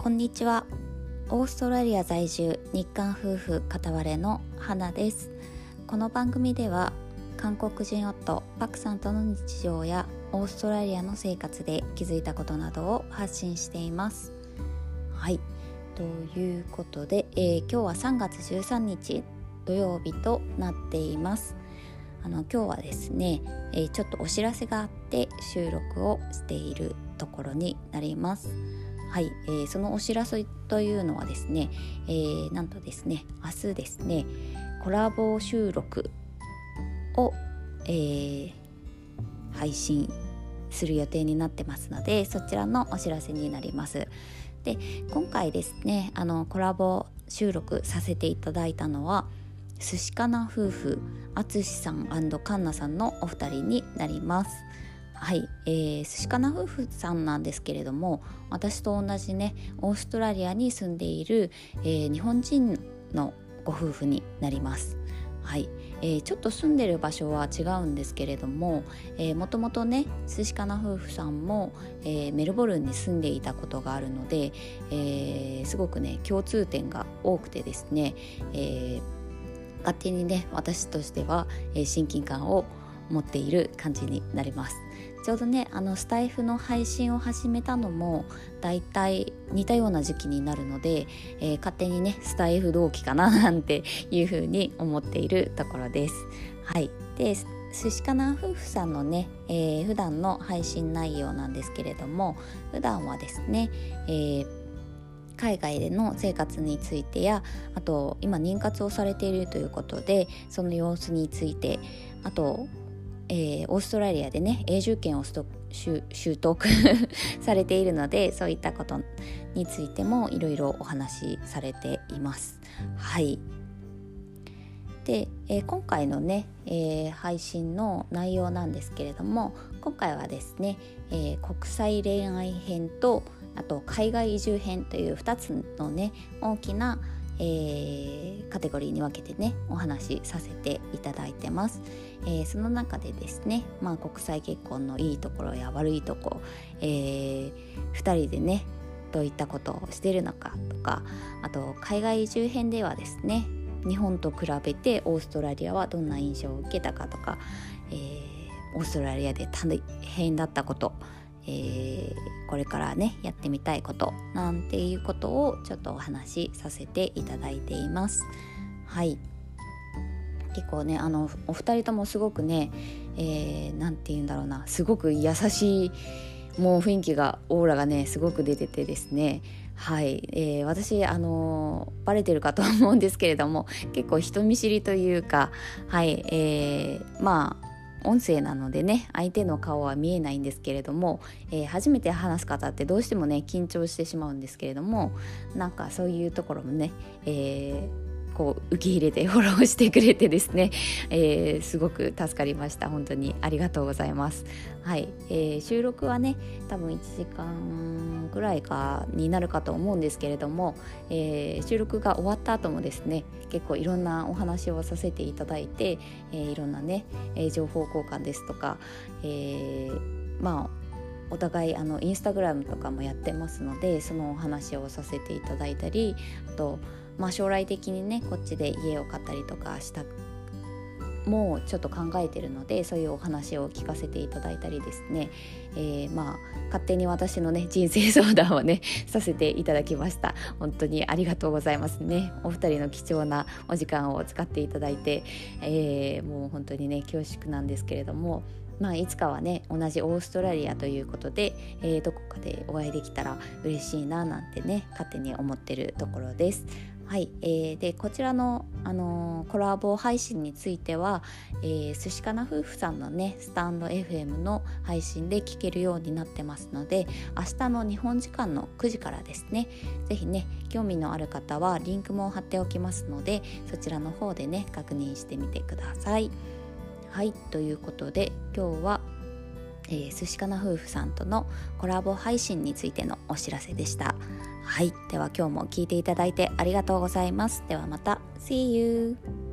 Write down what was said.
こんにちは。オーストラリア在住日韓夫婦片割れの花です。この番組では韓国人夫パクさんとの日常やオーストラリアの生活で気づいたことなどを発信しています。はい、ということで、今日は3月13日土曜日となっています。今日はですね、ちょっとお知らせがあって収録をしているところになります。はい、そのお知らせというのはですね、なんとですね、明日ですね、コラボ収録を、配信する予定になってますので、そちらのお知らせになります。で、今回ですね、コラボ収録させていただいたのは寿司かな夫婦、あつしさん&かんなさんのお二人になります。はい、寿司かな夫婦さんなんですけれども、私と同じねオーストラリアに住んでいる、日本人のご夫婦になります。はい、ちょっと住んでる場所は違うんですけれども、もともとね寿司かな夫婦さんも、メルボルンに住んでいたことがあるので、すごくね共通点が多くてですね、勝手にね私としては、親近感を持っている感じになります。ちょうどねスタイフの配信を始めたのもだいたい似たような時期になるので、勝手にねスタイフ同期かななんていう風に思っているところです。はい、で寿司かな夫婦さんのね、普段の配信内容なんですけれども、普段はですね、海外での生活についてや、あと今妊活をされているということでその様子について、あとオーストラリアでね永住権を習得されているので、そういったことについてもいろいろお話しされています。はい。で、今回のね、配信の内容なんですけれども、今回はですね、国際恋愛編とあと海外移住編という2つのね大きなカテゴリーに分けてねお話しさせていただいてます。その中でですね、国際結婚のいいところや悪いところ、2人でねどういったことをしているのかとか、あと海外移住編ではですね、日本と比べてオーストラリアはどんな印象を受けたかとか、オーストラリアで大変だったこと、これからねやってみたいことなんていうことをちょっとお話しさせていただいています。はい、結構ねお二人ともすごくね、なんていうんだろうな、すごく優しいもう雰囲気がオーラがねすごく出ててですね、はい、私バレてるかと思うんですけれども、結構人見知りというか、はい、音声なのでね相手の顔は見えないんですけれども、初めて話す方ってどうしてもね緊張してしまうんですけれども、なんかそういうところもね、こう受け入れてフォローしてくれてですね、すごく助かりました。本当にありがとうございます。はい、収録はね多分1時間ぐらいかになるかと思うんですけれども、収録が終わった後もですね結構いろんなお話をさせていただいて、いろんなね、情報交換ですとか、お互いインスタグラムとかもやってますので、そのお話をさせていただいたり、あと将来的にねこっちで家を買ったりとかしたもうちょっと考えてるので、そういうお話を聞かせていただいたりですね、勝手に私のね人生相談をねさせていただきました。本当にありがとうございますね。お二人の貴重なお時間を使っていただいて、もう本当にね恐縮なんですけれども、いつかはね同じオーストラリアということで、どこかでお会いできたら嬉しいななんてね勝手に思ってるところです。はい、でこちらの、コラボ配信については、寿司かな夫婦さんのねスタンド FM の配信で聞けるようになってますので、明日の日本時間の9時からですね、ぜひね興味のある方はリンクも貼っておきますので、そちらの方でね確認してみてください。はい、ということで今日は、寿司かな夫婦さんとのコラボ配信についてのお知らせでした。はい、では今日も聞いていただいてありがとうございます。ではまた See you!